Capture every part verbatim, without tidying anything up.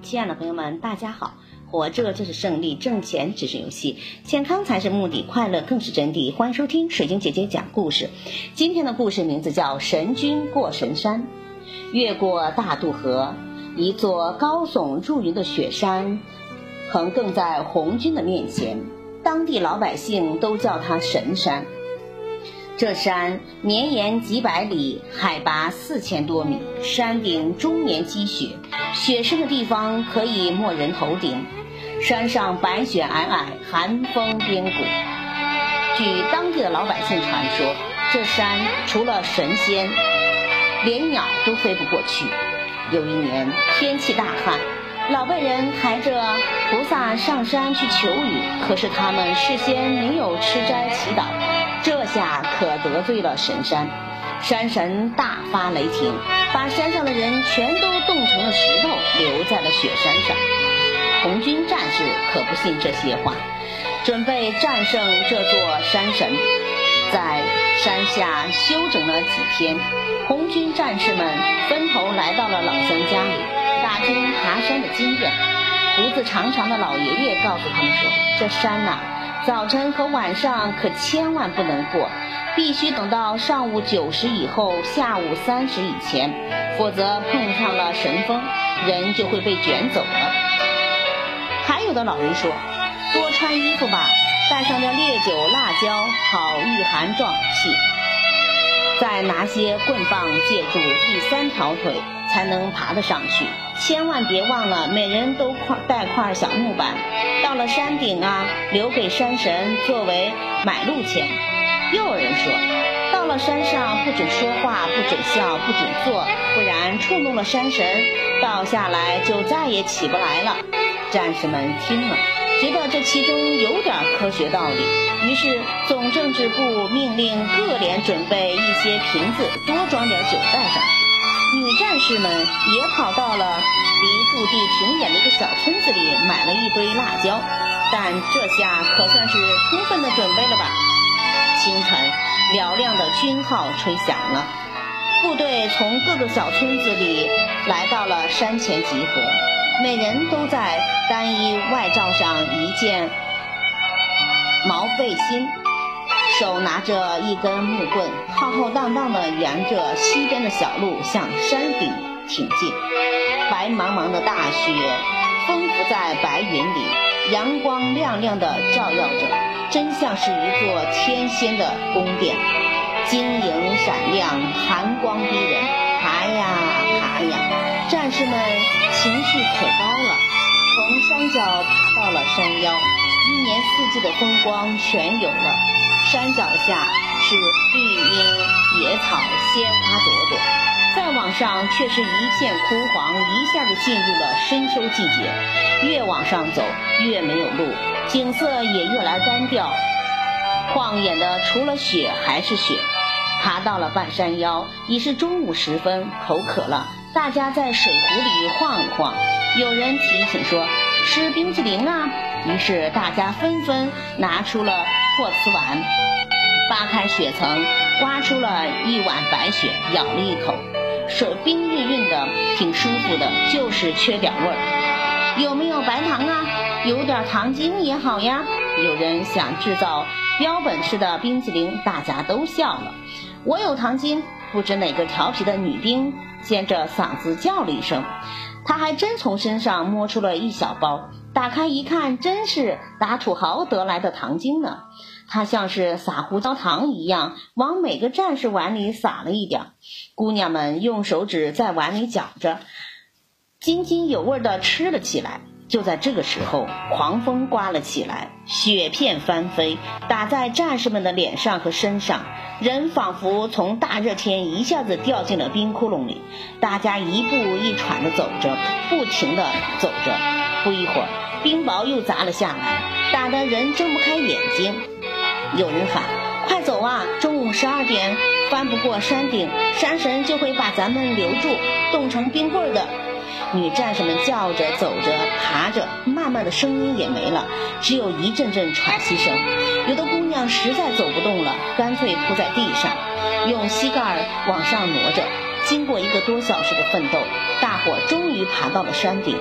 亲爱的朋友们，大家好！活着就是胜利，挣钱只是游戏，健康才是目的，快乐更是真谛。欢迎收听水晶姐姐讲故事。今天的故事名字叫《神君过神山》。越过大渡河，一座高耸入云的雪山横亘在红军的面前，当地老百姓都叫它神山。这山绵延几百里，海拔四千多米，山顶终年积雪，雪深的地方可以没人头顶。山上白雪皑皑，寒风边谷。据当地的老百姓传说，这山除了神仙，连鸟都飞不过去。有一年天气大旱，老辈人抬着菩萨上山去求雨，可是他们事先没有吃斋祈祷，这下可得罪了神山。山神大发雷霆，把山上的人全都冻成了石头，留在了雪山上。红军战士可不信这些话，准备战胜这座山神。在山下休整了几天，红军战士们分头来到了老乡家里，打听爬山的经验。胡子长长的老爷爷告诉他们说，这山呐、啊，早晨和晚上可千万不能过，必须等到上午九时以后，下午三时以前，否则碰上了神风，人就会被卷走了。还有的老人说，多穿衣服吧，带上点烈酒辣椒，好御寒壮气。再拿些棍棒借助第三条腿，才能爬得上去。千万别忘了，每人都带块小木板，到了山顶啊，留给山神作为买路钱。又有人说，到了山上不准说话，不准笑，不准坐，不然触怒了山神，倒下来就再也起不来了。战士们听了，觉得这其中有点科学道理，于是总政治部命令各连准备一些瓶子，多装点酒带上去。女战士们也跑到了离驻地挺远的一个小村子里，买了一堆辣椒，但这下可算是充分的准备了吧。清晨，嘹亮的军号吹响了，部队从各个小村子里来到了山前集合，每人都在单衣外罩上一件毛背心，手拿着一根木棍，浩浩荡荡地沿着西边的小路向山顶挺进。白茫茫的大雪封浮在白云里，阳光亮亮地照耀着，真像是一座天仙的宫殿，晶莹闪亮，寒光逼人。爬呀爬呀，战士们情绪可高了，从山脚爬到了山腰，一年四季的风光全有了。山脚下是绿荫野草，鲜花朵朵，再往上却是一片枯黄，一下子进入了深秋季节。越往上走越没有路，景色也越来单调，晃眼的除了雪还是雪。爬到了半山腰，已是中午时分，口渴了，大家在水壶里晃一晃。有人提醒说，吃冰淇淋啊，于是大家纷纷拿出了破瓷碗，扒开雪层，刮出了一碗白雪，咬了一口，手冰韵韵的，挺舒服的，就是缺点味儿。有没有白糖啊？有点糖精也好呀。有人想制造标本式的冰淇淋，大家都笑了。我有糖精，不知哪个调皮的女兵尖着嗓子叫了一声，她还真从身上摸出了一小包，打开一看，真是打土豪得来的糖精呢。她像是撒胡椒糖一样，往每个战士碗里撒了一点，姑娘们用手指在碗里搅着，津津有味地吃了起来。就在这个时候，狂风刮了起来，雪片翻飞，打在战士们的脸上和身上，人仿佛从大热天一下子掉进了冰窟窿里。大家一步一喘地走着，不停地走着，不一会儿冰雹又砸了下来，打得人睁不开眼睛。有人喊，快走啊，中午十二点翻不过山顶，山神就会把咱们留住，冻成冰棍的。女战士们叫着走着爬着，慢慢的声音也没了，只有一阵阵喘息声。有的姑娘实在走不动了，干脆扑在地上，用膝盖往上挪着。经过一个多小时的奋斗，大伙终于爬到了山顶。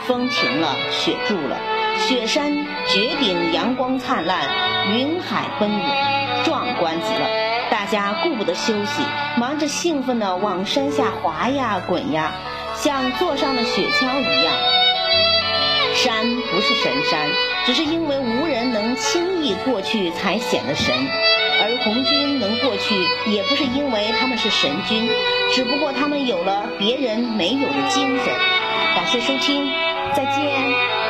风停了，雪住了，雪山绝顶，阳光灿烂，云海奔涌，壮观极了。大家顾不得休息，忙着兴奋地往山下滑呀滚呀，像坐上了雪橇一样。山不是神山，只是因为无人能轻易过去才显得神，而红军能过去，也不是因为他们是神军，只不过他们有了别人没有的精神。感谢收听，再见。